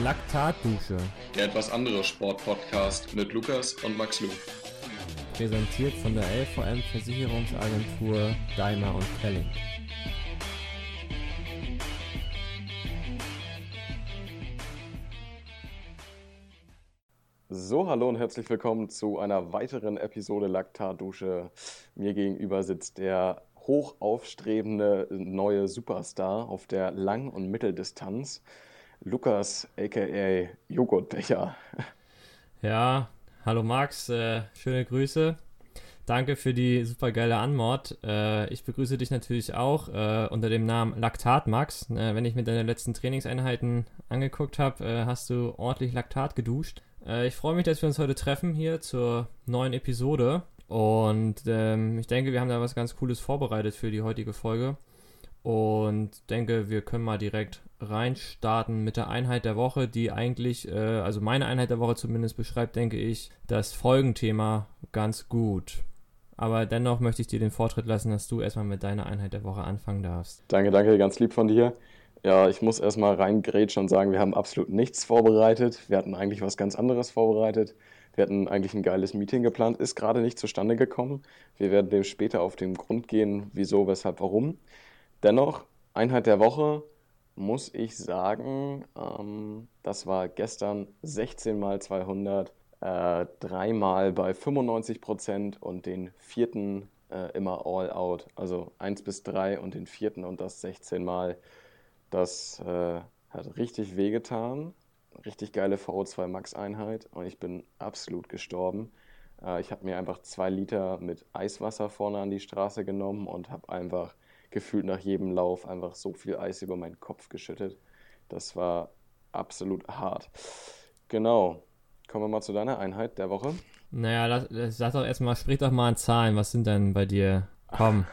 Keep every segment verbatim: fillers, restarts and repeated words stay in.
Laktatdusche. Der etwas andere Sportpodcast mit Lukas und Max Lu. Präsentiert von der L V M Versicherungsagentur Daimler und Kelling. So, hallo und herzlich willkommen zu einer weiteren Episode Laktatdusche. Mir gegenüber sitzt der hoch aufstrebende neue Superstar auf der Lang- und Mitteldistanz, Lukas aka Joghurtbecher. Ja, hallo Max, äh, schöne Grüße. Danke für die super geile Anmod. Äh, ich begrüße dich natürlich auch äh, unter dem Namen Laktat Max. Äh, wenn ich mir deine letzten Trainingseinheiten angeguckt habe, äh, hast du ordentlich Laktat geduscht. Äh, ich freue mich, dass wir uns heute treffen hier zur neuen Episode. Und ähm, ich denke, wir haben da was ganz Cooles vorbereitet für die heutige Folge. Und denke, wir können mal direkt reinstarten mit der Einheit der Woche, die eigentlich, äh, also meine Einheit der Woche zumindest beschreibt, denke ich, das Folgenthema ganz gut. Aber dennoch möchte ich dir den Vortritt lassen, dass du erstmal mit deiner Einheit der Woche anfangen darfst. Danke, danke, ganz lieb von dir. Ja, ich muss erstmal reingrätschen und sagen, wir haben absolut nichts vorbereitet. Wir hatten eigentlich was ganz anderes vorbereitet. Wir hatten eigentlich ein geiles Meeting geplant, ist gerade nicht zustande gekommen. Wir werden dem später auf den Grund gehen, wieso, weshalb, warum. Dennoch, Einheit der Woche, muss ich sagen, ähm, das war gestern sechzehn mal zweihundert, äh, dreimal bei fünfundneunzig Prozent und den vierten äh, immer all out. Also eins bis drei und den vierten und das sechzehn mal. Das äh, hat richtig wehgetan. Richtig geile V O zwei Max Einheit und ich bin absolut gestorben. Äh, ich habe mir einfach zwei Liter mit Eiswasser vorne an die Straße genommen und habe einfach gefühlt nach jedem Lauf einfach so viel Eis über meinen Kopf geschüttet. Das war absolut hart. Genau. Kommen wir mal zu deiner Einheit der Woche. Naja, lass, sag doch erstmal, sprich doch mal an Zahlen. Was sind denn bei dir? Komm.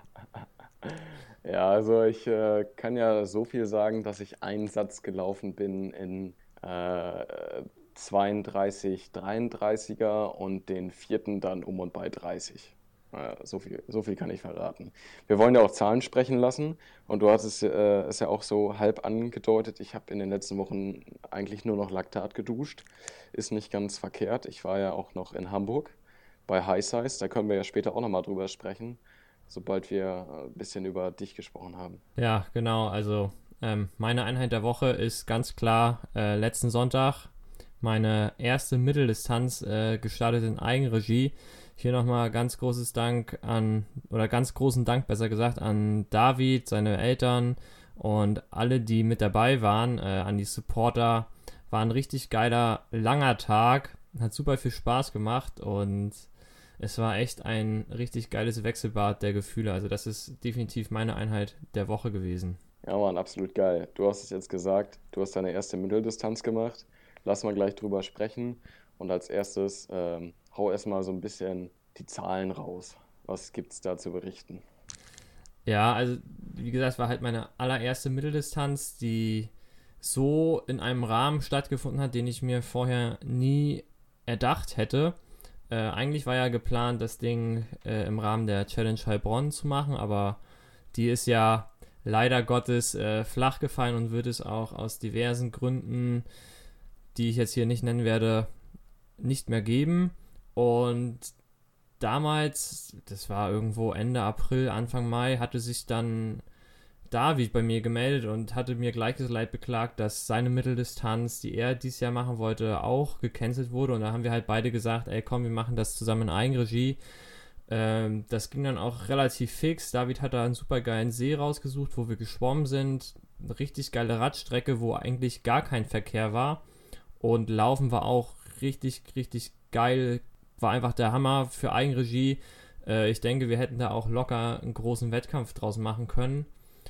Ja, also ich äh, kann ja so viel sagen, dass ich einen Satz gelaufen bin in äh, zweiunddreißig, dreiunddreißiger und den vierten dann um und bei dreißig. Äh, so viel, so viel kann ich verraten. Wir wollen ja auch Zahlen sprechen lassen und du hast es, äh, es ja auch so halb angedeutet. Ich habe in den letzten Wochen eigentlich nur noch Laktat geduscht. Ist nicht ganz verkehrt. Ich war ja auch noch in Hamburg bei High Size. Da können wir ja später auch nochmal drüber sprechen, sobald wir ein bisschen über dich gesprochen haben. Ja, genau. Also ähm, meine Einheit der Woche ist ganz klar äh, letzten Sonntag meine erste Mitteldistanz äh, gestartet in Eigenregie. Hier nochmal ganz großes Dank an, oder ganz großen Dank besser gesagt, an David, seine Eltern und alle, die mit dabei waren, äh, an die Supporter. War ein richtig geiler, langer Tag, hat super viel Spaß gemacht und es war echt ein richtig geiles Wechselbad der Gefühle. Also das ist definitiv meine Einheit der Woche gewesen. Ja, Mann, absolut geil. Du hast es jetzt gesagt, du hast deine erste Mitteldistanz gemacht. Lass mal gleich drüber sprechen. Und als erstes ähm, hau erstmal so ein bisschen die Zahlen raus. Was gibt's da zu berichten? Ja, also wie gesagt, es war halt meine allererste Mitteldistanz, die so in einem Rahmen stattgefunden hat, den ich mir vorher nie erdacht hätte. Äh, eigentlich war ja geplant, das Ding äh, im Rahmen der Challenge Heilbronn zu machen, aber die ist ja leider Gottes äh, flach gefallen und wird es auch aus diversen Gründen, die ich jetzt hier nicht nennen werde, nicht mehr geben. Und damals, das war irgendwo Ende April, Anfang Mai, hatte sich dann David bei mir gemeldet und hatte mir gleiches Leid beklagt, dass seine Mitteldistanz, die er dieses Jahr machen wollte, auch gecancelt wurde. Und da haben wir halt beide gesagt, ey komm, wir machen das zusammen in Eigenregie. Ähm, das ging dann auch relativ fix. David hat da einen super geilen See rausgesucht, wo wir geschwommen sind. Eine richtig geile Radstrecke, wo eigentlich gar kein Verkehr war. Und Laufen war auch richtig, richtig geil. War einfach der Hammer für Eigenregie. Äh, ich denke, wir hätten da auch locker einen großen Wettkampf draus machen können.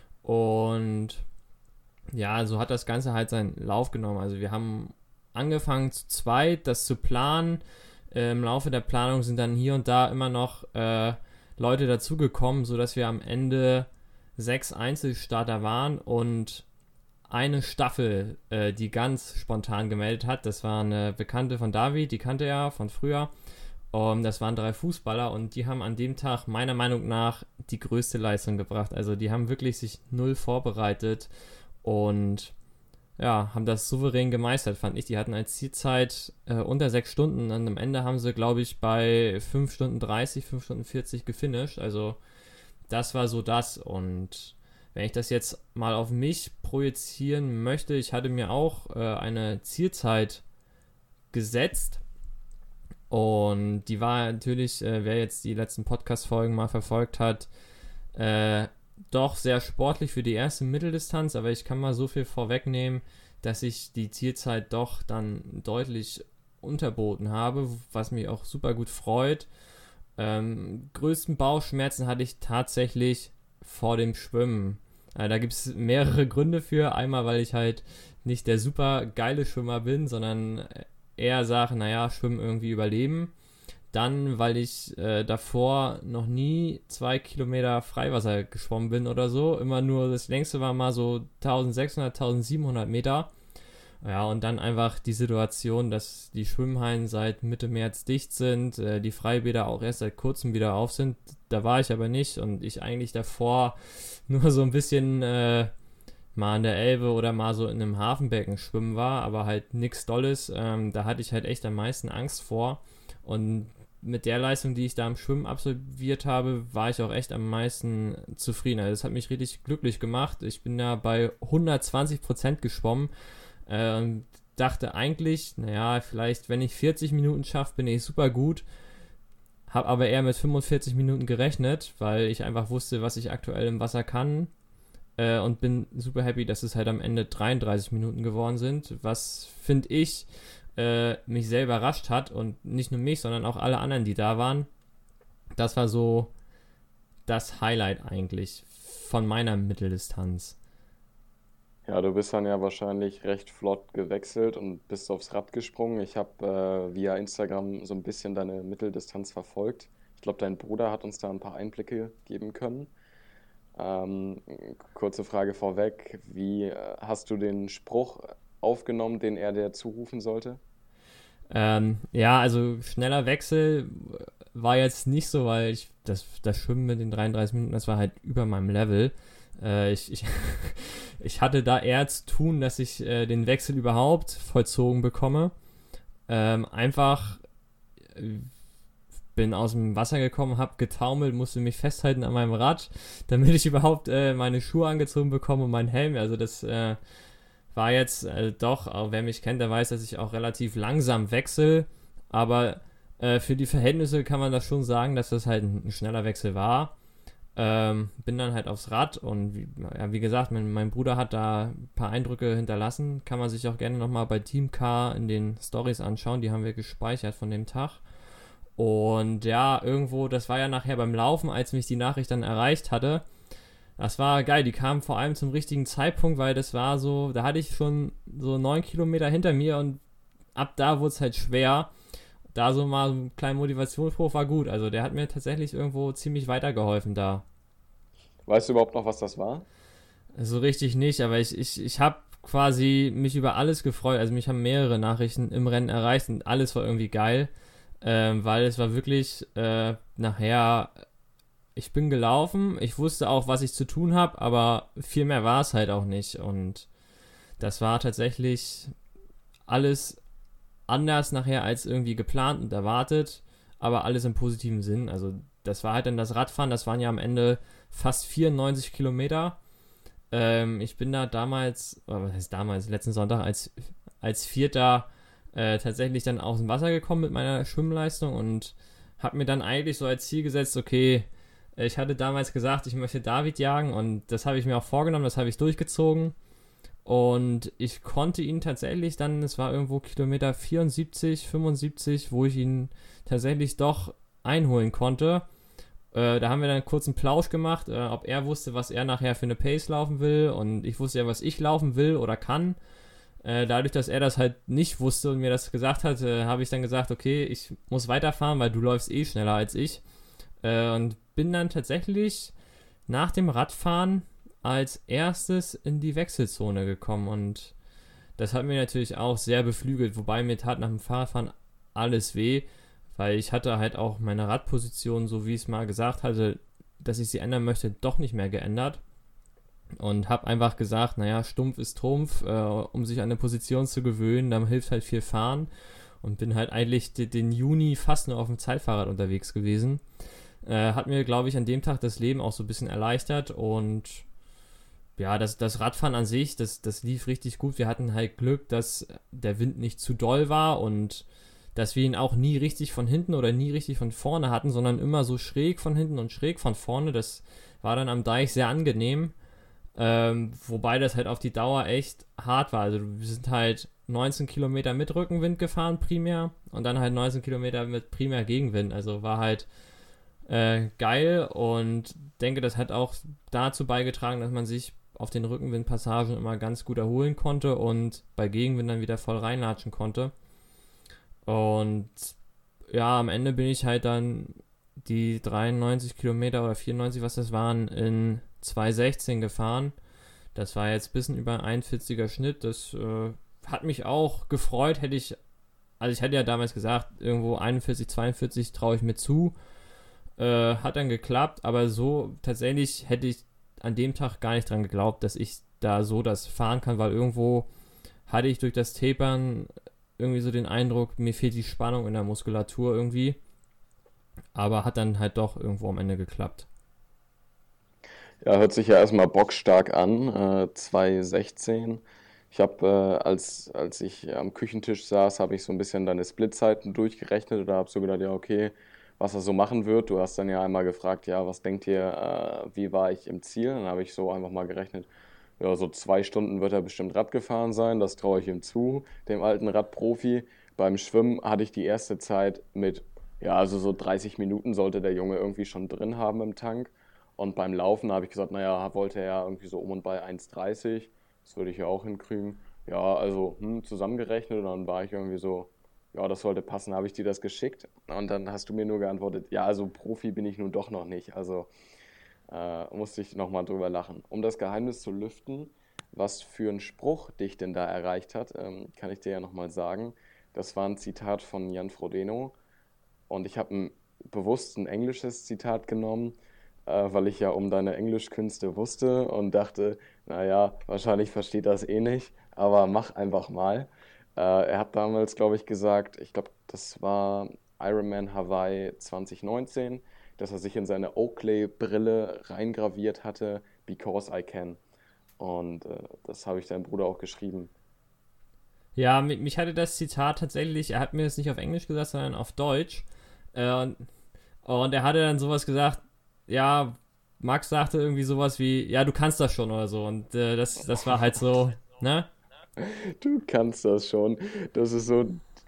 Und ja, so hat das Ganze halt seinen Lauf genommen. Also wir haben angefangen zu zweit, das zu planen. Äh, Im Laufe der Planung sind dann hier und da immer noch äh, Leute dazugekommen, sodass wir am Ende sechs Einzelstarter waren und eine Staffel, äh, die ganz spontan gemeldet hat. Das war eine Bekannte von David, die kannte er von früher. Um, das waren drei Fußballer und die haben an dem Tag meiner Meinung nach die größte Leistung gebracht. Also die haben wirklich sich null vorbereitet und ja, haben das souverän gemeistert, fand ich. Die hatten als Zielzeit äh, unter sechs Stunden. Und am Ende haben sie, glaube ich, bei fünf Stunden dreißig, fünf Stunden vierzig gefinisht. Also das war so das. Und wenn ich das jetzt mal auf mich projizieren möchte, ich hatte mir auch äh, eine Zielzeit gesetzt. Und die war natürlich, äh, wer jetzt die letzten Podcast-Folgen mal verfolgt hat, äh, doch sehr sportlich für die erste Mitteldistanz, aber ich kann mal so viel vorwegnehmen, dass ich die Zielzeit doch dann deutlich unterboten habe, was mich auch super gut freut. Ähm, größten Bauchschmerzen hatte ich tatsächlich vor dem Schwimmen. Äh, da gibt es mehrere Gründe für. Einmal, weil ich halt nicht der super geile Schwimmer bin, sondern eher sage, naja, Schwimmen irgendwie überleben. Dann, weil ich äh, davor noch nie zwei Kilometer Freiwasser geschwommen bin oder so. Immer nur, das längste war mal so eintausendsechshundert, eintausendsiebenhundert Meter. Ja, und dann einfach die Situation, dass die Schwimmhallen seit Mitte März dicht sind, äh, die Freibäder auch erst seit kurzem wieder auf sind. Da war ich aber nicht und ich eigentlich davor nur so ein bisschen äh, mal an der Elbe oder mal so in einem Hafenbecken schwimmen war, aber halt nichts Dolles. Ähm, da hatte ich halt echt am meisten Angst vor. Und mit der Leistung, die ich da im Schwimmen absolviert habe, war ich auch echt am meisten zufrieden. Also das hat mich richtig glücklich gemacht. Ich bin da bei hundertzwanzig Prozent geschwommen äh, und dachte eigentlich, naja, vielleicht wenn ich vierzig Minuten schaffe, bin ich super gut. Habe aber eher mit fünfundvierzig Minuten gerechnet, weil ich einfach wusste, was ich aktuell im Wasser kann. Äh, und bin super happy, dass es halt am Ende dreiunddreißig Minuten geworden sind. Was, finde ich, Äh, mich sehr überrascht hat und nicht nur mich, sondern auch alle anderen, die da waren. Das war so das Highlight eigentlich von meiner Mitteldistanz. Ja, du bist dann ja wahrscheinlich recht flott gewechselt und bist aufs Rad gesprungen. Ich habe äh, via Instagram so ein bisschen deine Mitteldistanz verfolgt. Ich glaube, dein Bruder hat uns da ein paar Einblicke geben können. Ähm, kurze Frage vorweg, wie äh, hast du den Spruch aufgenommen, den er dir zurufen sollte? Ähm, ja, also schneller Wechsel war jetzt nicht so, weil ich das, das Schwimmen mit den dreiunddreißig Minuten, das war halt über meinem Level. Äh, ich, ich, ich hatte da eher zu tun, dass ich äh, den Wechsel überhaupt vollzogen bekomme. Ähm, einfach äh, bin aus dem Wasser gekommen, habe getaumelt, musste mich festhalten an meinem Rad, damit ich überhaupt äh, meine Schuhe angezogen bekomme und meinen Helm. Also das äh, war jetzt äh, doch, auch wer mich kennt, der weiß, dass ich auch relativ langsam wechsle, aber äh, für die Verhältnisse kann man das schon sagen, dass das halt ein, ein schneller Wechsel war. Ähm, bin dann halt aufs Rad und wie, ja, wie gesagt, mein, mein Bruder hat da ein paar Eindrücke hinterlassen, kann man sich auch gerne nochmal bei Team K in den Stories anschauen, die haben wir gespeichert von dem Tag. Und ja, irgendwo, das war ja nachher beim Laufen, als mich die Nachricht dann erreicht hatte. Das war geil, die kamen vor allem zum richtigen Zeitpunkt, weil das war so, da hatte ich schon so neun Kilometer hinter mir und ab da wurde es halt schwer. Da so mal so ein kleiner Motivationsspruch war gut, also der hat mir tatsächlich irgendwo ziemlich weitergeholfen da. Weißt du überhaupt noch, was das war? So richtig nicht, aber ich, ich, ich habe quasi mich über alles gefreut, also mich haben mehrere Nachrichten im Rennen erreicht und alles war irgendwie geil, ähm, weil es war wirklich äh, nachher... Ich bin gelaufen, ich wusste auch, was ich zu tun habe, aber viel mehr war es halt auch nicht. Und das war tatsächlich alles anders nachher als irgendwie geplant und erwartet, aber alles im positiven Sinn. Also das war halt dann das Radfahren, das waren ja am Ende fast vierundneunzig Kilometer. Ähm, ich bin da damals, was heißt damals, letzten Sonntag als, als Vierter äh, tatsächlich dann aus dem Wasser gekommen mit meiner Schwimmleistung und habe mir dann eigentlich so als Ziel gesetzt, okay, ich hatte damals gesagt, ich möchte David jagen und das habe ich mir auch vorgenommen, das habe ich durchgezogen und ich konnte ihn tatsächlich dann, es war irgendwo Kilometer vierundsiebzig, fünfundsiebzig, wo ich ihn tatsächlich doch einholen konnte. Äh, da haben wir dann einen kurzen Plausch gemacht, äh, ob er wusste, was er nachher für eine Pace laufen will und ich wusste ja, was ich laufen will oder kann. Äh, dadurch, dass er das halt nicht wusste und mir das gesagt hat, äh, habe ich dann gesagt, okay, ich muss weiterfahren, weil du läufst eh schneller als ich. Äh, und bin dann tatsächlich nach dem Radfahren als erstes in die Wechselzone gekommen und das hat mir natürlich auch sehr beflügelt, wobei mir tat nach dem Fahrradfahren alles weh, weil ich hatte halt auch meine Radposition, so wie ich es mal gesagt hatte, dass ich sie ändern möchte, doch nicht mehr geändert und habe einfach gesagt, naja, Stumpf ist Trumpf, äh, um sich an eine Position zu gewöhnen, dann hilft halt viel Fahren und bin halt eigentlich de- den Juni fast nur auf dem Zeitfahrrad unterwegs gewesen. Äh, hat mir, glaube ich, an dem Tag das Leben auch so ein bisschen erleichtert und ja, das, das Radfahren an sich, das, das lief richtig gut. Wir hatten halt Glück, dass der Wind nicht zu doll war und dass wir ihn auch nie richtig von hinten oder nie richtig von vorne hatten, sondern immer so schräg von hinten und schräg von vorne. Das war dann am Deich sehr angenehm, ähm, wobei das halt auf die Dauer echt hart war. Also wir sind halt neunzehn Kilometer mit Rückenwind gefahren primär und dann halt neunzehn Kilometer mit primär Gegenwind. Also war halt äh, geil und denke, das hat auch dazu beigetragen, dass man sich auf den Rückenwindpassagen immer ganz gut erholen konnte und bei Gegenwind dann wieder voll reinlatschen konnte. Und ja, am Ende bin ich halt dann die dreiundneunzig Kilometer oder vierundneunzig, was das waren, in zwei sechzehn gefahren. Das war jetzt ein bisschen über ein einundvierziger Schnitt. Das äh, hat mich auch gefreut. Hätte ich, also ich hatte ja damals gesagt, irgendwo einundvierzig, zweiundvierzig traue ich mir zu. Äh, hat dann geklappt, aber so tatsächlich hätte ich an dem Tag gar nicht dran geglaubt, dass ich da so das fahren kann, weil irgendwo hatte ich durch das Tapern irgendwie so den Eindruck, mir fehlt die Spannung in der Muskulatur irgendwie. Aber hat dann halt doch irgendwo am Ende geklappt. Ja, hört sich ja erstmal bockstark an, äh, zwei sechzehn. Ich habe, äh, als, als ich am Küchentisch saß, habe ich so ein bisschen deine Splitzeiten durchgerechnet oder habe so gedacht, ja, okay, was er so machen wird. Du hast dann ja einmal gefragt, ja, was denkt ihr, äh, wie war ich im Ziel? Dann habe ich so einfach mal gerechnet, ja, so zwei Stunden wird er bestimmt Rad gefahren sein, das traue ich ihm zu, dem alten Radprofi. Beim Schwimmen hatte ich die erste Zeit mit, ja, also so dreißig Minuten sollte der Junge irgendwie schon drin haben im Tank. Und beim Laufen habe ich gesagt, naja, wollte er ja irgendwie so um und bei eins dreißig, das würde ich ja auch hinkriegen. Ja, also hm, zusammengerechnet und dann war ich irgendwie so, ja, das sollte passen, habe ich dir das geschickt. Und dann hast du mir nur geantwortet, ja, also Profi bin ich nun doch noch nicht. Also äh, musste ich nochmal drüber lachen. Um das Geheimnis zu lüften, was für ein Spruch dich denn da erreicht hat, ähm, kann ich dir ja nochmal sagen. Das war ein Zitat von Jan Frodeno und ich habe ein bewusst ein englisches Zitat genommen, äh, weil ich ja um deine Englischkünste wusste und dachte, naja, wahrscheinlich versteht das eh nicht, aber mach einfach mal. Äh, er hat damals, glaube ich, gesagt, ich glaube, das war Ironman Hawaii zwanzig neunzehn, dass er sich in seine Oakley-Brille reingraviert hatte, Because I can. Und äh, das habe ich deinem Bruder auch geschrieben. Ja, mi- mich hatte das Zitat tatsächlich, er hat mir das nicht auf Englisch gesagt, sondern auf Deutsch. Äh, und, und er hatte dann sowas gesagt, ja, Max sagte irgendwie sowas wie, ja, du kannst das schon oder so. Und äh, das, das war halt so, ne? Du kannst das schon. Das ist so.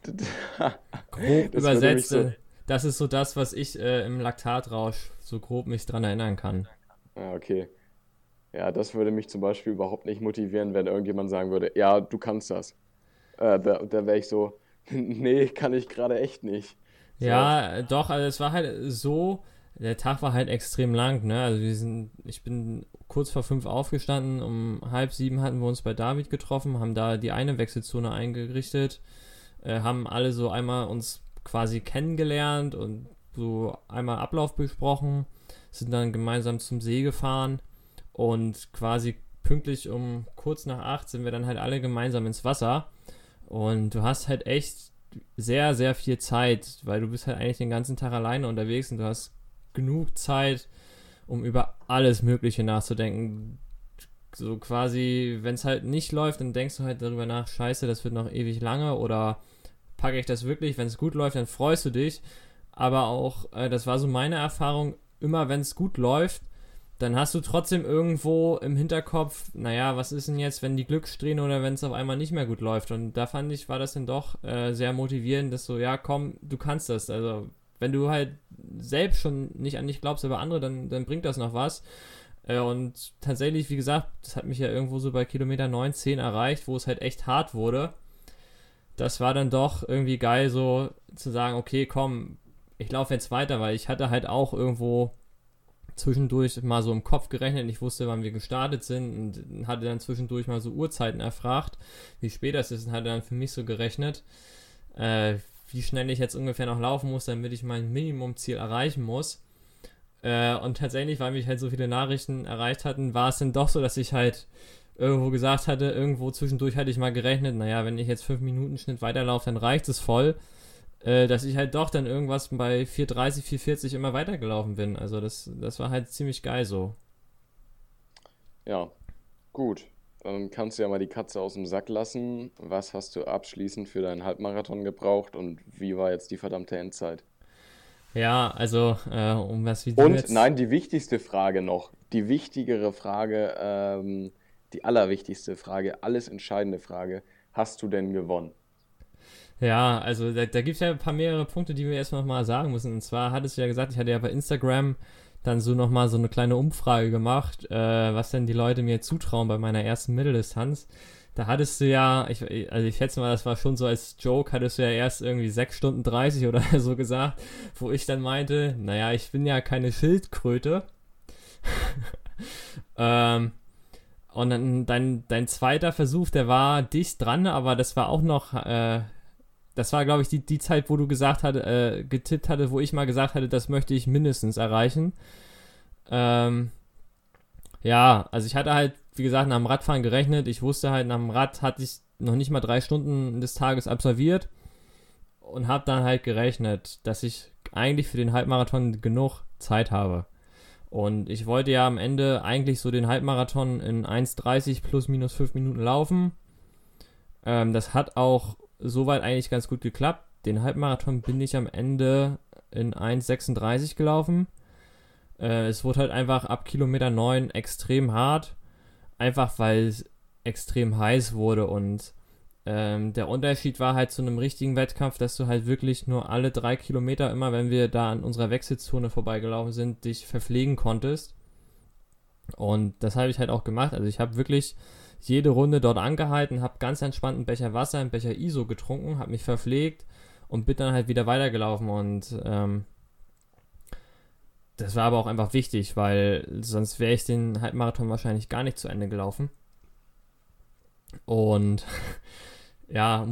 Grob Das würde mich übersetzt, so. äh, das ist so das, was ich äh, im Laktatrausch so grob mich dran erinnern kann. Ah, okay. Ja, das würde mich zum Beispiel überhaupt nicht motivieren, wenn irgendjemand sagen würde, ja, du kannst das. Äh, da da wäre ich so, nee, kann ich gerade echt nicht. So, Ja, äh, doch, also es war halt so, der Tag war halt extrem lang, ne? Also wir sind, ich bin kurz vor fünf aufgestanden, um halb sieben hatten wir uns bei David getroffen, haben da die eine Wechselzone eingerichtet, äh, haben alle so einmal uns quasi kennengelernt und so einmal Ablauf besprochen, sind dann gemeinsam zum See gefahren und quasi pünktlich um kurz nach acht sind wir dann halt alle gemeinsam ins Wasser und du hast halt echt sehr, sehr viel Zeit, weil du bist halt eigentlich den ganzen Tag alleine unterwegs und du hast genug Zeit, um über alles Mögliche nachzudenken. So quasi, wenn es halt nicht läuft, dann denkst du halt darüber nach, scheiße, das wird noch ewig lange oder packe ich das wirklich? Wenn es gut läuft, dann freust du dich. Aber auch, äh, das war so meine Erfahrung, immer wenn es gut läuft, dann hast du trotzdem irgendwo im Hinterkopf, naja, was ist denn jetzt, wenn die Glückssträhne oder wenn es auf einmal nicht mehr gut läuft? Und da fand ich, war das dann doch äh, sehr motivierend, dass so, ja, komm, du kannst das. Also, wenn du halt selbst schon nicht an dich glaubst, aber andere, dann, dann bringt das noch was. Äh, und tatsächlich, wie gesagt, das hat mich ja irgendwo so bei Kilometer neun, zehn erreicht, wo es halt echt hart wurde. Das war dann doch irgendwie geil, so zu sagen, okay, komm, ich laufe jetzt weiter, weil ich hatte halt auch irgendwo zwischendurch mal so im Kopf gerechnet. Ich wusste, wann wir gestartet sind und hatte dann zwischendurch mal so Uhrzeiten erfragt, wie spät das ist und hatte dann für mich so gerechnet, äh, wie schnell ich jetzt ungefähr noch laufen muss, damit ich mein Minimumziel erreichen muss. Äh, und tatsächlich, weil mich halt so viele Nachrichten erreicht hatten, war es dann doch so, dass ich halt irgendwo gesagt hatte, irgendwo zwischendurch hatte ich mal gerechnet, naja, wenn ich jetzt fünf Minuten Schnitt weiterlaufe, dann reicht es voll, äh, dass ich halt doch dann irgendwas bei vier dreißig, vier vierzig immer weitergelaufen bin. Also das, das war halt ziemlich geil so. Ja, gut. Dann kannst du ja mal die Katze aus dem Sack lassen. Was hast du abschließend für deinen Halbmarathon gebraucht und wie war jetzt die verdammte Endzeit? Ja, also, äh, um was wie du Und jetzt... nein, die wichtigste Frage noch, die wichtigere Frage, ähm, die allerwichtigste Frage, alles entscheidende Frage, hast du denn gewonnen? Ja, also da, da gibt es ja ein paar mehrere Punkte, die wir erstmal noch mal sagen müssen. Und zwar hattest du ja gesagt, ich hatte ja bei Instagram dann so nochmal so eine kleine Umfrage gemacht, äh, was denn die Leute mir zutrauen bei meiner ersten Mitteldistanz. Da hattest du ja, ich, also ich schätze mal, das war schon so als Joke, hattest du ja erst irgendwie sechs Stunden dreißig oder so gesagt, wo ich dann meinte, naja, ich bin ja keine Schildkröte. ähm, und dann dein, dein zweiter Versuch, der war dicht dran, aber das war auch noch, äh, das war, glaube ich, die, die Zeit, wo du gesagt hatte, äh, getippt hatte, wo ich mal gesagt hatte, das möchte ich mindestens erreichen. Ähm, ja, also ich hatte halt, wie gesagt, nach dem Radfahren gerechnet. Ich wusste halt, nach dem Rad hatte ich noch nicht mal drei Stunden des Tages absolviert und habe dann halt gerechnet, dass ich eigentlich für den Halbmarathon genug Zeit habe. Und ich wollte ja am Ende eigentlich so den Halbmarathon in eins dreißig plus minus fünf Minuten laufen. Ähm, das hat auch soweit eigentlich ganz gut geklappt. Den Halbmarathon bin ich am Ende in eins sechsunddreißig gelaufen. Äh, es wurde halt einfach ab Kilometer neun extrem hart. Einfach weil es extrem heiß wurde und ähm, der Unterschied war halt zu einem richtigen Wettkampf, dass du halt wirklich nur alle drei Kilometer immer, wenn wir da an unserer Wechselzone vorbeigelaufen sind, dich verpflegen konntest. Und das habe ich halt auch gemacht. Also ich habe wirklich jede Runde dort angehalten, habe ganz entspannt einen Becher Wasser, einen Becher I S O getrunken, habe mich verpflegt und bin dann halt wieder weitergelaufen. Und ähm, das war aber auch einfach wichtig, weil sonst wäre ich den Halbmarathon wahrscheinlich gar nicht zu Ende gelaufen. Und ja,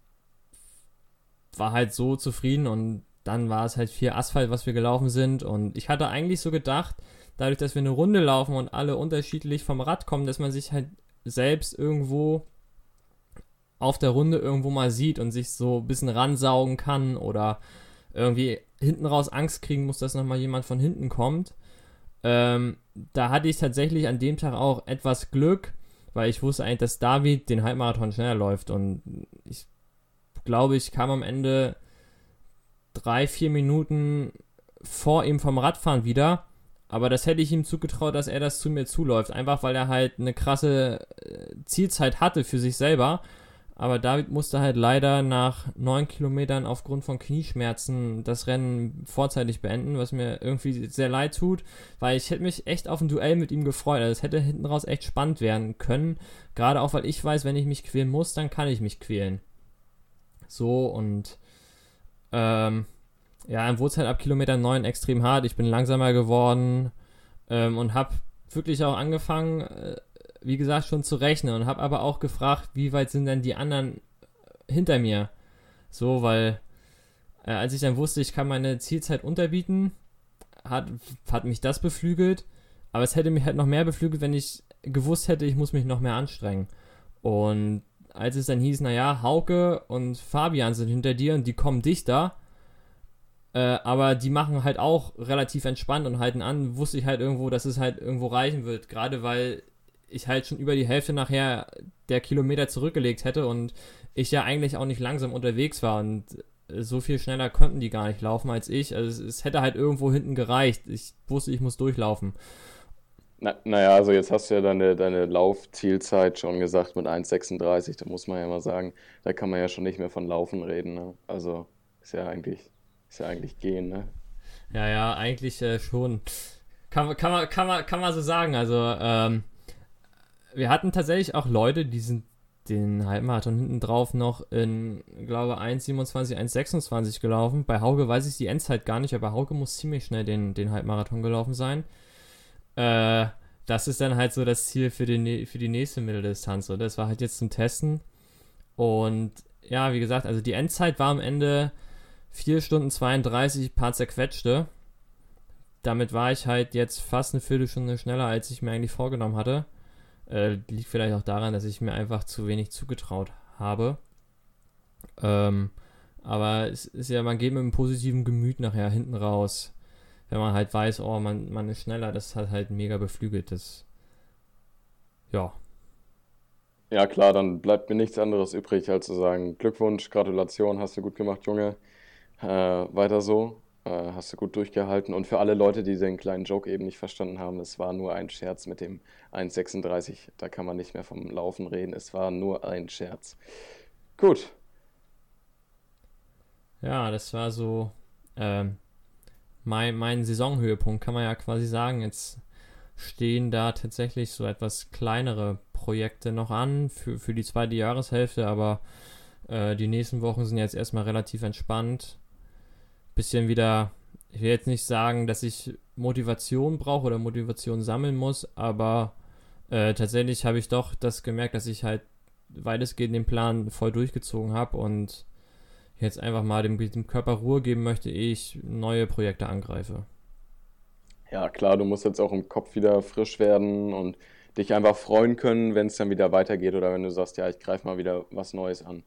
war halt so zufrieden und dann war es halt viel Asphalt, was wir gelaufen sind. Und ich hatte eigentlich so gedacht, dadurch, dass wir eine Runde laufen und alle unterschiedlich vom Rad kommen, dass man sich halt selbst irgendwo auf der Runde irgendwo mal sieht und sich so ein bisschen ransaugen kann oder irgendwie hinten raus Angst kriegen muss, dass nochmal jemand von hinten kommt. Ähm, da hatte ich tatsächlich an dem Tag auch etwas Glück, weil ich wusste eigentlich, dass David den Halbmarathon schneller läuft und ich glaube, ich kam am Ende drei, vier Minuten vor ihm vom Radfahren wieder, aber das hätte ich ihm zugetraut, dass er das zu mir zuläuft, einfach weil er halt eine krasse Zielzeit hatte für sich selber. Aber David musste halt leider nach neun Kilometern aufgrund von Knieschmerzen das Rennen vorzeitig beenden, was mir irgendwie sehr leid tut, weil ich hätte mich echt auf ein Duell mit ihm gefreut. Also es hätte hinten raus echt spannend werden können. Gerade auch, weil ich weiß, wenn ich mich quälen muss, dann kann ich mich quälen. So und ähm, ja, dann wurde es halt ab Kilometer neun extrem hart. Ich bin langsamer geworden ähm, und habe wirklich auch angefangen, äh, wie gesagt, schon zu rechnen und habe aber auch gefragt, wie weit sind denn die anderen hinter mir? So, weil äh, als ich dann wusste, ich kann meine Zielzeit unterbieten, hat, hat mich das beflügelt, aber es hätte mich halt noch mehr beflügelt, wenn ich gewusst hätte, ich muss mich noch mehr anstrengen. Und als es dann hieß, naja, Hauke und Fabian sind hinter dir und die kommen dichter, äh, aber die machen halt auch relativ entspannt und halten an, wusste ich halt irgendwo, dass es halt irgendwo reichen wird, gerade weil ich halt schon über die Hälfte nachher der Kilometer zurückgelegt hätte und ich ja eigentlich auch nicht langsam unterwegs war und so viel schneller konnten die gar nicht laufen als ich. Also es, es hätte halt irgendwo hinten gereicht. Ich wusste, ich muss durchlaufen. Na, naja, also jetzt hast du ja deine, deine Laufzielzeit schon gesagt mit eins sechsunddreißig, da muss man ja mal sagen, da kann man ja schon nicht mehr von Laufen reden, ne? Also ist ja eigentlich, ist ja eigentlich gehen, ne? Ja, ja, eigentlich äh, schon. Kann, kann, man, kann, man, kann man so sagen. Also, ähm, wir hatten tatsächlich auch Leute, die sind den Halbmarathon hinten drauf noch in, glaube eins siebenundzwanzig, eins sechsundzwanzig gelaufen. Bei Hauke weiß ich die Endzeit gar nicht, aber Hauke muss ziemlich schnell den, den Halbmarathon gelaufen sein. Äh, das ist dann halt so das Ziel für, den, für die nächste Mitteldistanz. Oder? Das war halt jetzt zum Testen. Und ja, wie gesagt, also die Endzeit war am Ende vier Stunden zweiunddreißig, paar zerquetschte. damit war ich halt jetzt fast eine Viertelstunde schneller, als ich mir eigentlich vorgenommen hatte. Äh, liegt vielleicht auch daran, dass ich mir einfach zu wenig zugetraut habe. Ähm, aber es ist ja, man geht mit einem positiven Gemüt nachher hinten raus. Wenn man halt weiß, oh, man, man ist schneller, das hat halt mega beflügelt. Das, ja. Ja klar, dann bleibt mir nichts anderes übrig, als zu sagen, Glückwunsch, Gratulation, hast du gut gemacht, Junge. Äh, weiter so, äh, hast du gut durchgehalten. Und für alle Leute, die den kleinen Joke eben nicht verstanden haben, es war nur ein Scherz mit dem eins Komma sechsunddreißig. Da kann man nicht mehr vom Laufen reden. Es war nur ein Scherz. Gut, Ja, das war so ähm, mein, mein Saisonhöhepunkt, kann man ja quasi sagen. Jetzt stehen da tatsächlich so etwas kleinere Projekte noch an für, für die zweite Jahreshälfte, aber äh, die nächsten Wochen sind jetzt erstmal relativ entspannt. Bisschen wieder, ich will jetzt nicht sagen, dass ich Motivation brauche oder Motivation sammeln muss, aber äh, tatsächlich habe ich doch das gemerkt, dass ich halt weitestgehend den Plan voll durchgezogen habe und jetzt einfach mal dem, dem Körper Ruhe geben möchte, ehe ich neue Projekte angreife. ja klar, du musst jetzt auch im Kopf wieder frisch werden und dich einfach freuen können, wenn es dann wieder weitergeht oder wenn du sagst, ja, ich greife mal wieder was Neues an.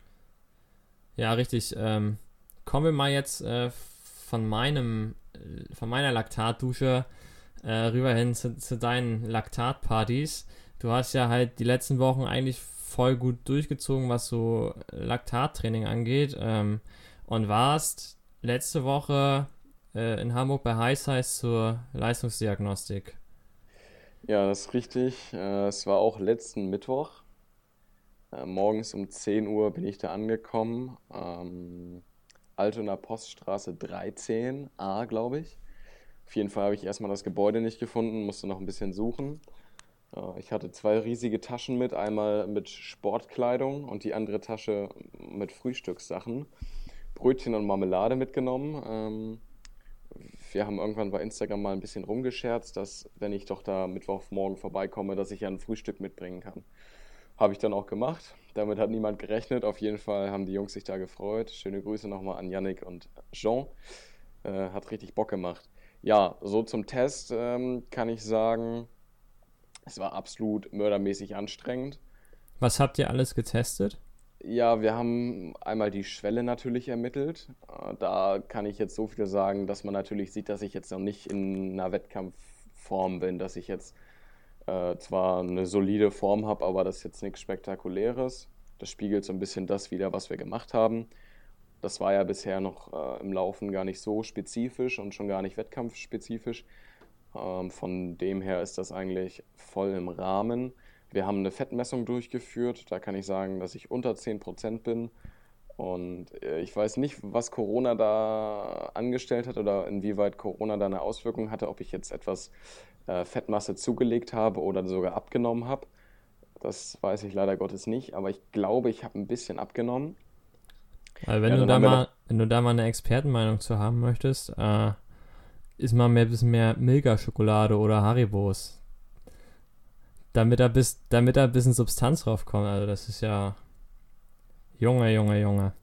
Ja, richtig. Ähm, kommen wir mal jetzt äh, von meinem, äh, von meiner Laktatdusche äh, rüber hin zu, zu deinen Laktatpartys. Du hast ja halt die letzten Wochen eigentlich voll gut durchgezogen, was so Laktattraining angeht, ähm, und warst letzte Woche äh, in Hamburg bei High Size zur Leistungsdiagnostik. Ja, das ist richtig. Äh, Es war auch letzten Mittwoch. Äh, Morgens um zehn Uhr bin ich da angekommen. Ähm, Altonaer Poststraße dreizehn a, glaube ich. Auf jeden Fall habe ich erstmal das Gebäude nicht gefunden, musste noch ein bisschen suchen. Äh, Ich hatte zwei riesige Taschen mit, einmal mit Sportkleidung und die andere Tasche mit Frühstückssachen. Brötchen und Marmelade mitgenommen. Ähm, wir haben irgendwann bei Instagram mal ein bisschen rumgescherzt, dass wenn ich doch da Mittwochmorgen vorbeikomme, dass ich ja ein Frühstück mitbringen kann. Habe ich dann auch gemacht. Damit hat niemand gerechnet. Auf jeden Fall haben die Jungs sich da gefreut. Schöne Grüße nochmal an Yannick und Jean. Äh, hat richtig Bock gemacht. Ja, so zum Test ähm, kann ich sagen, es war absolut mördermäßig anstrengend. Was habt ihr alles getestet? Ja, wir haben einmal die Schwelle natürlich ermittelt. Äh, Da kann ich jetzt so viel sagen, dass man natürlich sieht, dass ich jetzt noch nicht in einer Wettkampfform bin, dass ich jetzt äh, zwar eine solide Form habe, aber das ist jetzt nichts Spektakuläres. Das spiegelt so ein bisschen das wider, was wir gemacht haben. Das war ja bisher noch äh, im Laufen gar nicht so spezifisch und schon gar nicht wettkampfspezifisch. Ähm, von dem her ist das eigentlich voll im Rahmen. Wir haben eine Fettmessung durchgeführt. Da kann ich sagen, dass ich unter zehn Prozent bin. Und äh, ich weiß nicht, was Corona da angestellt hat oder inwieweit Corona da eine Auswirkung hatte, ob ich jetzt etwas äh, Fettmasse zugelegt habe oder sogar abgenommen habe. Das weiß ich leider Gottes nicht, aber ich glaube, ich habe ein bisschen abgenommen. Also wenn Ja, du dann da haben wir noch. mal, wenn du da mal eine Expertenmeinung zu haben möchtest, äh, ist mal mehr, ein bisschen mehr Milka-Schokolade oder Haribos, damit da bis, damit da ein bisschen Substanz draufkommt. Also das ist ja Junge, Junge, Junge.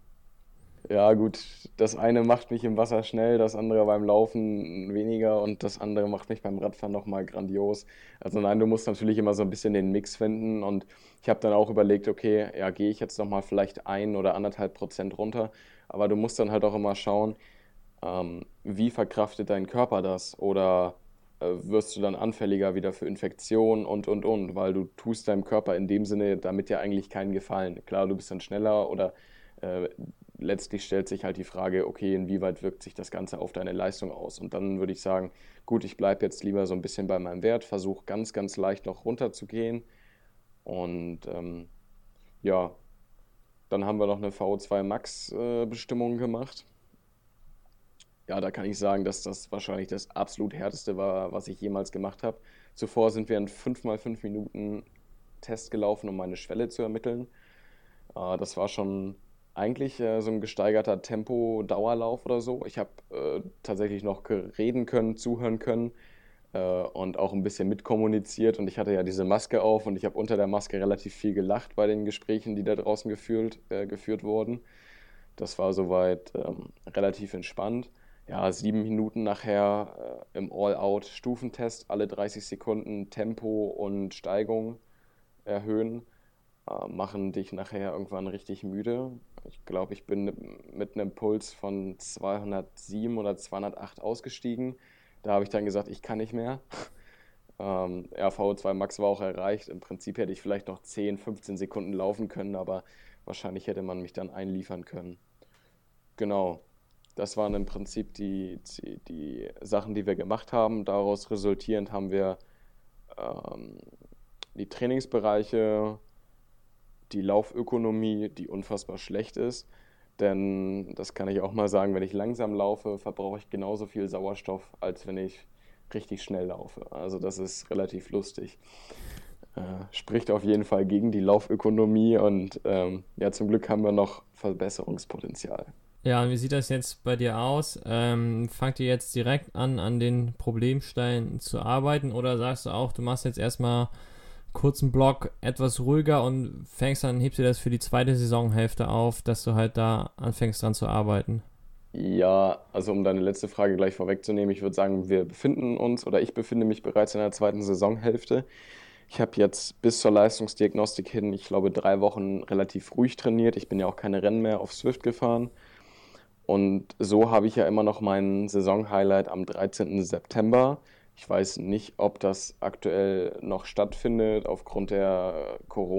Ja, gut, das eine macht mich im Wasser schnell, das andere beim Laufen weniger und das andere macht mich beim Radfahren nochmal grandios. Also nein, du musst natürlich immer so ein bisschen den Mix finden und ich habe dann auch überlegt, okay, ja, gehe ich jetzt nochmal vielleicht ein oder anderthalb Prozent runter, aber du musst dann halt auch immer schauen, ähm, wie verkraftet dein Körper das oder äh, wirst du dann anfälliger wieder für Infektionen und, und, und, weil du tust deinem Körper in dem Sinne damit ja eigentlich keinen Gefallen. Klar, du bist dann schneller oder äh, letztlich stellt sich halt die Frage, okay, inwieweit wirkt sich das Ganze auf deine Leistung aus? Und dann würde ich sagen, gut, ich bleibe jetzt lieber so ein bisschen bei meinem Wert, versuche ganz, ganz leicht noch runter zu gehen und ähm, ja, dann haben wir noch eine V O zwei Max äh, Bestimmung gemacht. Ja, da kann ich sagen, dass das wahrscheinlich das absolut härteste war, was ich jemals gemacht habe. Zuvor sind wir einen fünf mal fünf Minuten Test gelaufen, um meine Schwelle zu ermitteln. Äh, das war schon eigentlich äh, so ein gesteigerter Tempo-Dauerlauf oder so. Ich habe äh, tatsächlich noch reden können, zuhören können äh, und auch ein bisschen mitkommuniziert. Und ich hatte ja diese Maske auf und ich habe unter der Maske relativ viel gelacht bei den Gesprächen, die da draußen geführt, äh, geführt wurden. Das war soweit ähm, relativ entspannt. ja, sieben Minuten nachher äh, im All-Out-Stufentest, alle dreißig Sekunden Tempo und Steigung erhöhen, äh, machen dich nachher irgendwann richtig müde. Ich glaube, ich bin mit einem Puls von zweihundertsieben oder zweihundertacht ausgestiegen. Da habe ich dann gesagt, ich kann nicht mehr. Ähm, ja, V O zwei Max war auch erreicht. Im Prinzip hätte ich vielleicht noch zehn, fünfzehn Sekunden laufen können, aber wahrscheinlich hätte man mich dann einliefern können. Genau, das waren im Prinzip die, die, die Sachen, die wir gemacht haben. Daraus resultierend haben wir ähm, die Trainingsbereiche, die Laufökonomie, die unfassbar schlecht ist. Denn, das kann ich auch mal sagen, wenn ich langsam laufe, verbrauche ich genauso viel Sauerstoff, als wenn ich richtig schnell laufe. Also das ist relativ lustig. Äh, spricht auf jeden Fall gegen die Laufökonomie und ähm, ja, zum Glück haben wir noch Verbesserungspotenzial. Ja, und wie sieht das jetzt bei dir aus? Ähm, fangt ihr jetzt direkt an, an den Problemsteinen zu arbeiten oder sagst du auch, du machst jetzt erstmal kurzen Block etwas ruhiger und fängst dann, hebst dir das für die zweite Saisonhälfte auf, dass du halt da anfängst dran zu arbeiten? Ja, also um deine letzte Frage gleich vorwegzunehmen, ich würde sagen, wir befinden uns oder ich befinde mich bereits in der zweiten Saisonhälfte. Ich habe jetzt bis zur Leistungsdiagnostik hin, ich glaube, drei Wochen relativ ruhig trainiert. Ich bin ja auch keine Rennen mehr auf Zwift gefahren. Und so habe ich ja immer noch mein Saisonhighlight am dreizehnten September. Ich weiß nicht, ob das aktuell noch stattfindet aufgrund der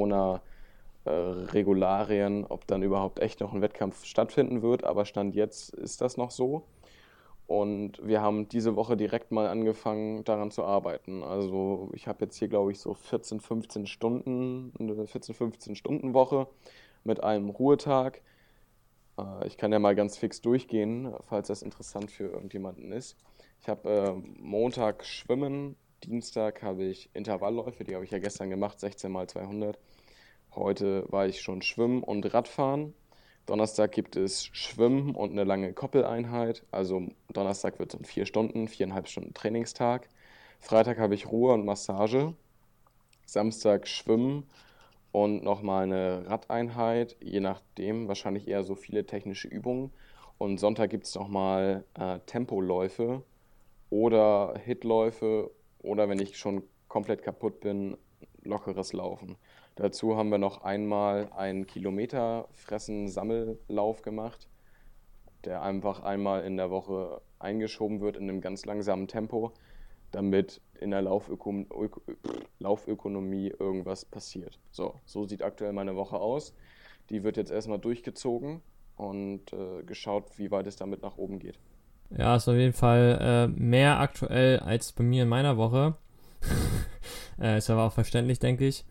Corona-Regularien, ob dann überhaupt echt noch ein Wettkampf stattfinden wird. Aber Stand jetzt ist das noch so. Und wir haben diese Woche direkt mal angefangen, daran zu arbeiten. Also ich habe jetzt hier, glaube ich, so vierzehn, fünfzehn Stunden, eine vierzehn, fünfzehn Stunden Woche mit einem Ruhetag. Äh, Ich kann ja mal ganz fix durchgehen, falls das interessant für irgendjemanden ist. Ich habe äh, Montag Schwimmen, Dienstag habe ich Intervallläufe, die habe ich ja gestern gemacht, sechzehn mal zweihundert. Heute war ich schon Schwimmen und Radfahren. Donnerstag gibt es Schwimmen und eine lange Koppeleinheit. Also Donnerstag wird es um vier Stunden, viereinhalb Stunden Trainingstag. Freitag habe ich Ruhe und Massage. Samstag Schwimmen und nochmal eine Radeinheit, je nachdem, wahrscheinlich eher so viele technische Übungen. Und Sonntag gibt es nochmal äh, Tempoläufe oder Hitläufe oder wenn ich schon komplett kaputt bin, lockeres Laufen. Dazu haben wir noch einmal einen Kilometer Fressen-Sammellauf gemacht, der einfach einmal in der Woche eingeschoben wird in einem ganz langsamen Tempo, damit in der Lauföko- Öko- Laufökonomie irgendwas passiert. So, so sieht aktuell meine Woche aus. Die wird jetzt erstmal durchgezogen und äh, geschaut, wie weit es damit nach oben geht. Ja, ist auf jeden Fall äh, mehr aktuell als bei mir in meiner Woche. äh, ist aber auch verständlich, denke ich.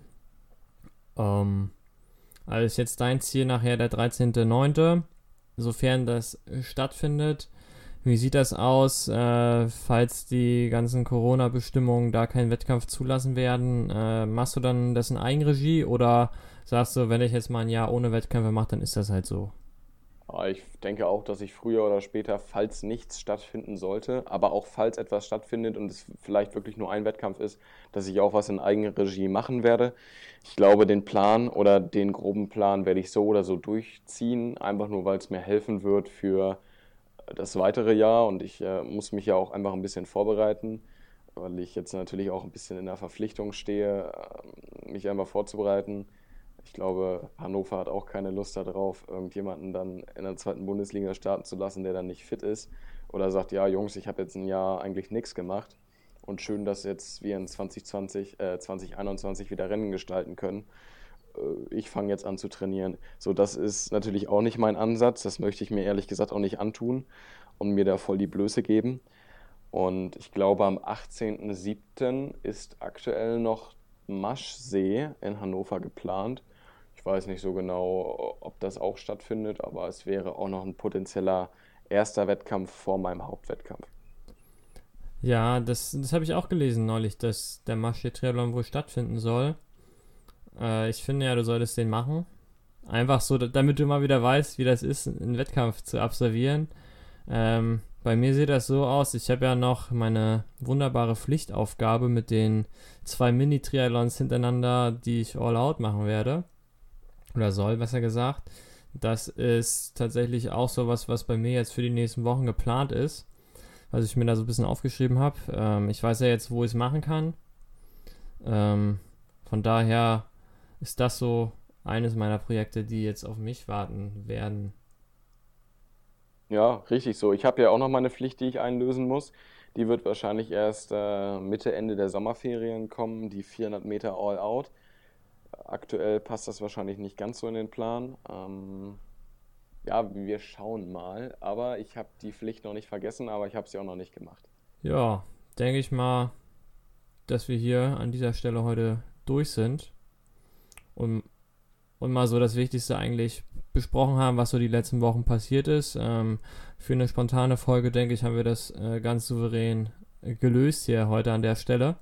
Ähm, also ist jetzt dein Ziel nachher der dreizehnter neunter Sofern das stattfindet. Wie sieht das aus, äh, falls die ganzen Corona-Bestimmungen da keinen Wettkampf zulassen werden? Äh, machst du dann das in Eigenregie oder sagst du, wenn ich jetzt mal ein Jahr ohne Wettkämpfe mache, dann ist das halt so? Aber ich denke auch, dass ich früher oder später, falls nichts stattfinden sollte, aber auch falls etwas stattfindet und es vielleicht wirklich nur ein Wettkampf ist, dass ich auch was in Eigenregie machen werde. Ich glaube, den Plan oder den groben Plan werde ich so oder so durchziehen, einfach nur, weil es mir helfen wird für das weitere Jahr und ich äh, muss mich ja auch einfach ein bisschen vorbereiten, weil ich jetzt natürlich auch ein bisschen in der Verpflichtung stehe, äh, mich einfach vorzubereiten. Ich glaube, Hannover hat auch keine Lust darauf, irgendjemanden dann in der zweiten Bundesliga starten zu lassen, der dann nicht fit ist. Oder sagt, ja Jungs, ich habe jetzt ein Jahr eigentlich nichts gemacht. Und schön, dass jetzt wir in zwanzig zwanzig, äh, zwanzig einundzwanzig wieder Rennen gestalten können. Äh, ich fange jetzt an zu trainieren. So, das ist natürlich auch nicht mein Ansatz. Das möchte ich mir ehrlich gesagt auch nicht antun und mir da voll die Blöße geben. Und ich glaube, am achtzehnten siebten ist aktuell noch Maschsee in Hannover geplant. Ich weiß nicht so genau, ob das auch stattfindet, aber es wäre auch noch ein potenzieller erster Wettkampf vor meinem Hauptwettkampf. Ja, das, das habe ich auch gelesen neulich, dass der Maschsee-Triathlon wohl stattfinden soll. Äh, ich finde ja, du solltest den machen. Einfach so, damit du mal wieder weißt, wie das ist, einen Wettkampf zu absolvieren. Ähm, bei mir sieht das so aus, ich habe ja noch meine wunderbare Pflichtaufgabe mit den zwei Mini-Triathlons hintereinander, die ich all out machen werde. Oder soll, besser gesagt. Das ist tatsächlich auch sowas, was bei mir jetzt für die nächsten Wochen geplant ist. was ich mir da so ein bisschen aufgeschrieben habe. Ähm, ich weiß ja jetzt, wo ich es machen kann. Ähm, von daher ist das so eines meiner Projekte, die jetzt auf mich warten werden. Ja, richtig so. Ich habe ja auch noch mal eine Pflicht, die ich einlösen muss. Die wird wahrscheinlich erst äh, Mitte, Ende der Sommerferien kommen, die vierhundert Meter All-Out. Aktuell passt das wahrscheinlich nicht ganz so in den Plan. Ähm, ja, wir schauen mal. Aber ich habe die Pflicht noch nicht vergessen, aber ich habe sie auch noch nicht gemacht. Ja, denke ich mal, dass wir hier an dieser Stelle heute durch sind und, und mal so das Wichtigste eigentlich besprochen haben, was so die letzten Wochen passiert ist. Ähm, für eine spontane Folge, denke ich, haben wir das äh, ganz souverän gelöst hier heute an der Stelle.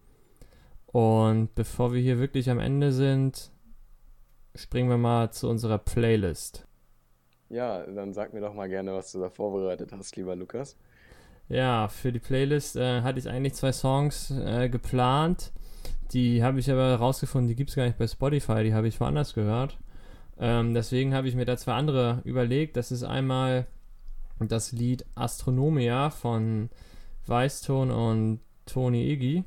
Und bevor wir hier wirklich am Ende sind, springen wir mal zu unserer Playlist. Ja, dann sag mir doch mal gerne, was du da vorbereitet hast, lieber Lukas. Ja, für die Playlist äh, hatte ich eigentlich zwei Songs äh, geplant. Die habe ich aber herausgefunden, die gibt es gar nicht bei Spotify, die habe ich woanders gehört. Ähm, deswegen habe ich mir da zwei andere überlegt. Das ist einmal das Lied Astronomia von Weißton und Tony Iggy.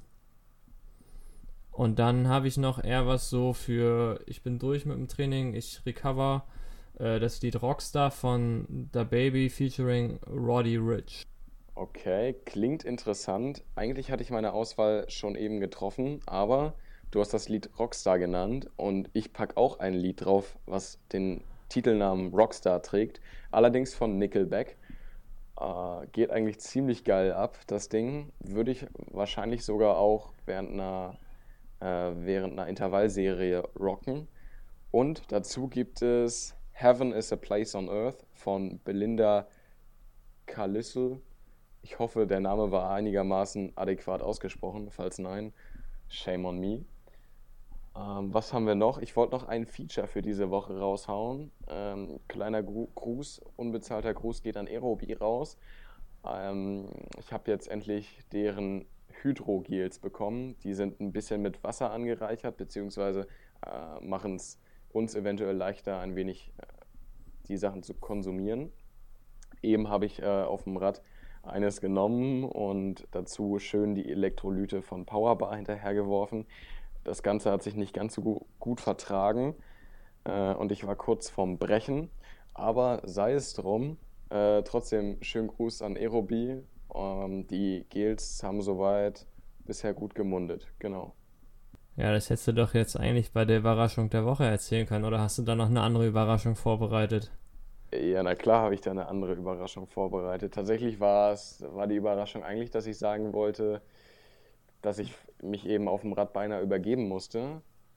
Und dann habe ich noch eher was so für ich bin durch mit dem Training, ich recover. Äh, das Lied Rockstar von DaBaby featuring Roddy Ricch. Okay, klingt interessant. Eigentlich hatte ich meine Auswahl schon eben getroffen, aber du hast das Lied Rockstar genannt und ich packe auch ein Lied drauf, was den Titelnamen Rockstar trägt, allerdings von Nickelback. Äh, geht eigentlich ziemlich geil ab, das Ding. Würde ich wahrscheinlich sogar auch während einer, äh, während einer Intervallserie rocken. Und dazu gibt es Heaven is a Place on Earth von Belinda Carlisle. Ich hoffe, der Name war einigermaßen adäquat ausgesprochen. Falls nein, shame on me. Ähm, was haben wir noch? Ich wollte noch ein Feature für diese Woche raushauen. Ähm, kleiner Gru- Gruß, unbezahlter Gruß geht an Aerobie raus. Ähm, ich habe jetzt endlich deren Hydrogels bekommen. Die sind ein bisschen mit Wasser angereichert, beziehungsweise äh, machen es uns eventuell leichter, ein wenig äh, die Sachen zu konsumieren. Eben habe ich äh, auf dem Rad eines genommen und dazu schön die Elektrolyte von Powerbar hinterhergeworfen. Das Ganze hat sich nicht ganz so gu- gut vertragen äh, und ich war kurz vorm Brechen, aber sei es drum. Äh, trotzdem schönen Gruß an Aerobie. Ähm, die Gels haben soweit bisher gut gemundet, genau. Ja, das hättest du doch jetzt eigentlich bei der Überraschung der Woche erzählen können, oder hast du da noch eine andere Überraschung vorbereitet? Ja, na klar habe ich da eine andere Überraschung vorbereitet. Tatsächlich war es, war die Überraschung eigentlich, dass ich sagen wollte, dass ich mich eben auf dem Rad beinahe übergeben musste.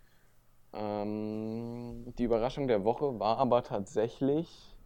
Ähm, die Überraschung der Woche war aber tatsächlich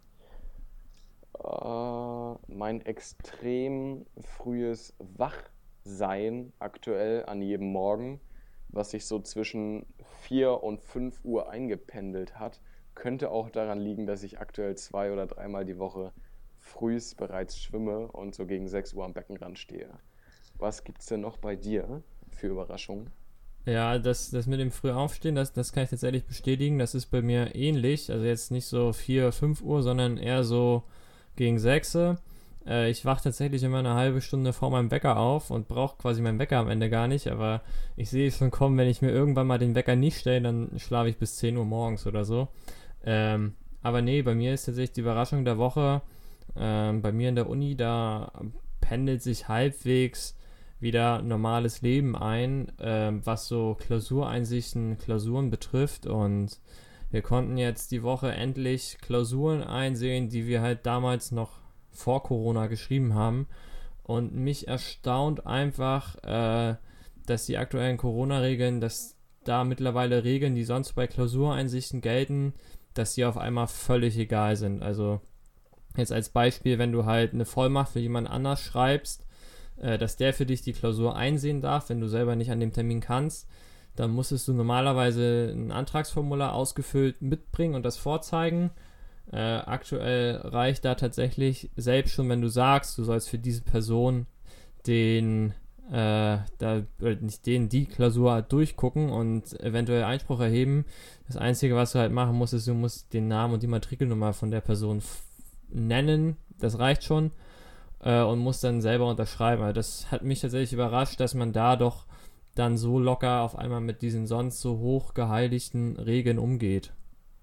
äh, mein extrem frühes Wachsein aktuell an jedem Morgen, was sich so zwischen vier und fünf Uhr eingependelt hat. Könnte auch daran liegen, dass ich aktuell zwei oder dreimal die Woche frühs bereits schwimme und so gegen sechs Uhr am Beckenrand stehe. Was gibt's denn noch bei dir für Überraschungen? Ja, das, das mit dem Frühaufstehen, das, das kann ich tatsächlich bestätigen. Das ist bei mir ähnlich. Also jetzt nicht so vier, fünf Uhr, sondern eher so gegen sechs. Äh, ich wache tatsächlich immer eine halbe Stunde vor meinem Wecker auf und brauche quasi meinen Wecker am Ende gar nicht. Aber ich sehe es schon kommen, wenn ich mir irgendwann mal den Wecker nicht stelle, dann schlafe ich bis zehn Uhr morgens oder so. Ähm, aber nee, bei mir ist tatsächlich die Überraschung der Woche. Ähm, bei mir in der Uni, da pendelt sich halbwegs wieder normales Leben ein, ähm, was so Klausureinsichten, Klausuren betrifft. Und wir konnten jetzt die Woche endlich Klausuren einsehen, die wir halt damals noch vor Corona geschrieben haben. Und mich erstaunt einfach, äh, dass die aktuellen Corona-Regeln, dass da mittlerweile Regeln, die sonst bei Klausureinsichten gelten, dass die auf einmal völlig egal sind. Also jetzt als Beispiel, wenn du halt eine Vollmacht für jemand anders schreibst, äh, dass der für dich die Klausur einsehen darf, wenn du selber nicht an dem Termin kannst, dann musstest du normalerweise ein Antragsformular ausgefüllt mitbringen und das vorzeigen. Äh, aktuell reicht da tatsächlich, selbst schon wenn du sagst, du sollst für diese Person den, äh, da, oder nicht den, die Klausur durchgucken und eventuell Einspruch erheben. Das Einzige, was du halt machen musst, ist, du musst den Namen und die Matrikelnummer von der Person f- nennen. Das reicht schon. äh, und muss dann selber unterschreiben. Also das hat mich tatsächlich überrascht, dass man da doch dann so locker auf einmal mit diesen sonst so hoch geheiligten Regeln umgeht.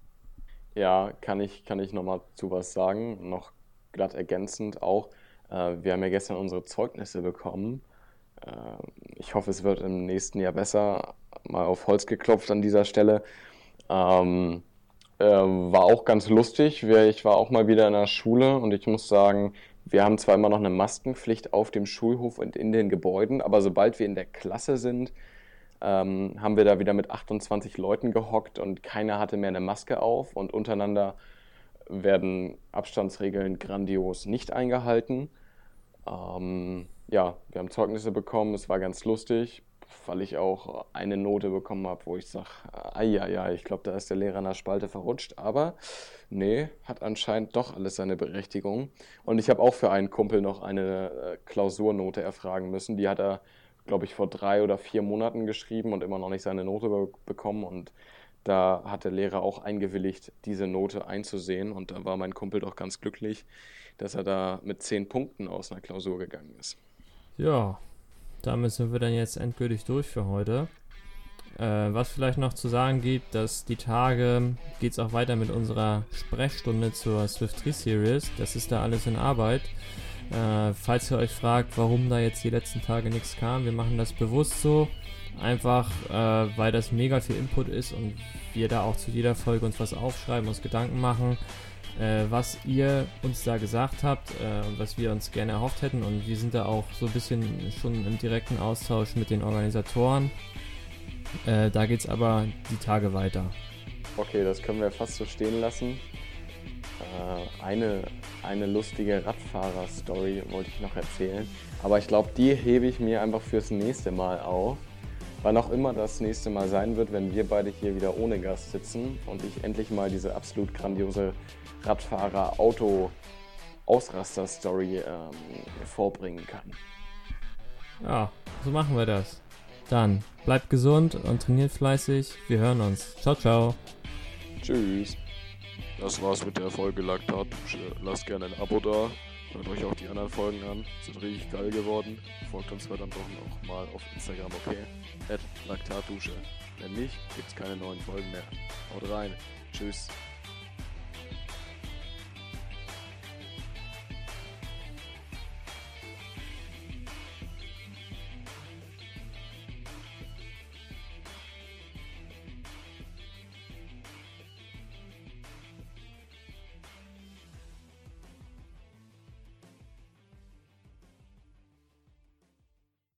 Ja, kann ich, kann ich nochmal zu was sagen, noch glatt ergänzend auch. Äh, wir haben ja gestern unsere Zeugnisse bekommen. Äh, ich hoffe, es wird im nächsten Jahr besser. Mal auf Holz geklopft an dieser Stelle. Ähm, äh, war auch ganz lustig. Wir, ich war auch mal wieder in der Schule und ich muss sagen, wir haben zwar immer noch eine Maskenpflicht auf dem Schulhof und in den Gebäuden, aber sobald wir in der Klasse sind, ähm, haben wir da wieder mit achtundzwanzig Leuten gehockt und keiner hatte mehr eine Maske auf und untereinander werden Abstandsregeln grandios nicht eingehalten. Ähm, ja, wir haben Zeugnisse bekommen, es war ganz lustig, weil ich auch eine Note bekommen habe, wo ich sage, ja, ich glaube, da ist der Lehrer in der Spalte verrutscht, aber nee, hat anscheinend doch alles seine Berechtigung. Und ich habe auch für einen Kumpel noch eine äh, Klausurnote erfragen müssen, die hat er, glaube ich, vor drei oder vier Monaten geschrieben und immer noch nicht seine Note be bekommen und da hat der Lehrer auch eingewilligt, diese Note einzusehen und da war mein Kumpel doch ganz glücklich, dass er da mit zehn Punkten aus einer Klausur gegangen ist. Ja, damit sind wir dann jetzt endgültig durch für heute. Äh, was vielleicht noch zu sagen gibt, dass die Tage geht es auch weiter mit unserer Sprechstunde zur Swift drei Series. Das ist da alles in Arbeit. Äh, falls ihr euch fragt, warum da jetzt die letzten Tage nichts kam, wir machen das bewusst so. Einfach, äh, weil das mega viel Input ist und wir da auch zu jeder Folge uns was aufschreiben, uns Gedanken machen, äh, was ihr uns da gesagt habt äh, und was wir uns gerne erhofft hätten. Und wir sind da auch so ein bisschen schon im direkten Austausch mit den Organisatoren. Äh, da geht's aber die Tage weiter. Okay, das können wir fast so stehen lassen. Äh, eine, eine lustige Radfahrer-Story wollte ich noch erzählen. Aber ich glaube, die hebe ich mir einfach fürs nächste Mal auf. Wann auch immer das nächste Mal sein wird, wenn wir beide hier wieder ohne Gast sitzen und ich endlich mal diese absolut grandiose Radfahrer-Auto-Ausraster-Story ähm, vorbringen kann. Ja, so machen wir das. Dann bleibt gesund und trainiert fleißig. Wir hören uns. Ciao, ciao. Tschüss. Das war's mit der Folge Laktatdusche. Lasst gerne ein Abo da. Hört euch auch die anderen Folgen an. Sind richtig geil geworden. Folgt uns dann doch noch mal auf Instagram, okay? at Laktatdusche. Wenn nicht, gibt's keine neuen Folgen mehr. Haut rein. Tschüss.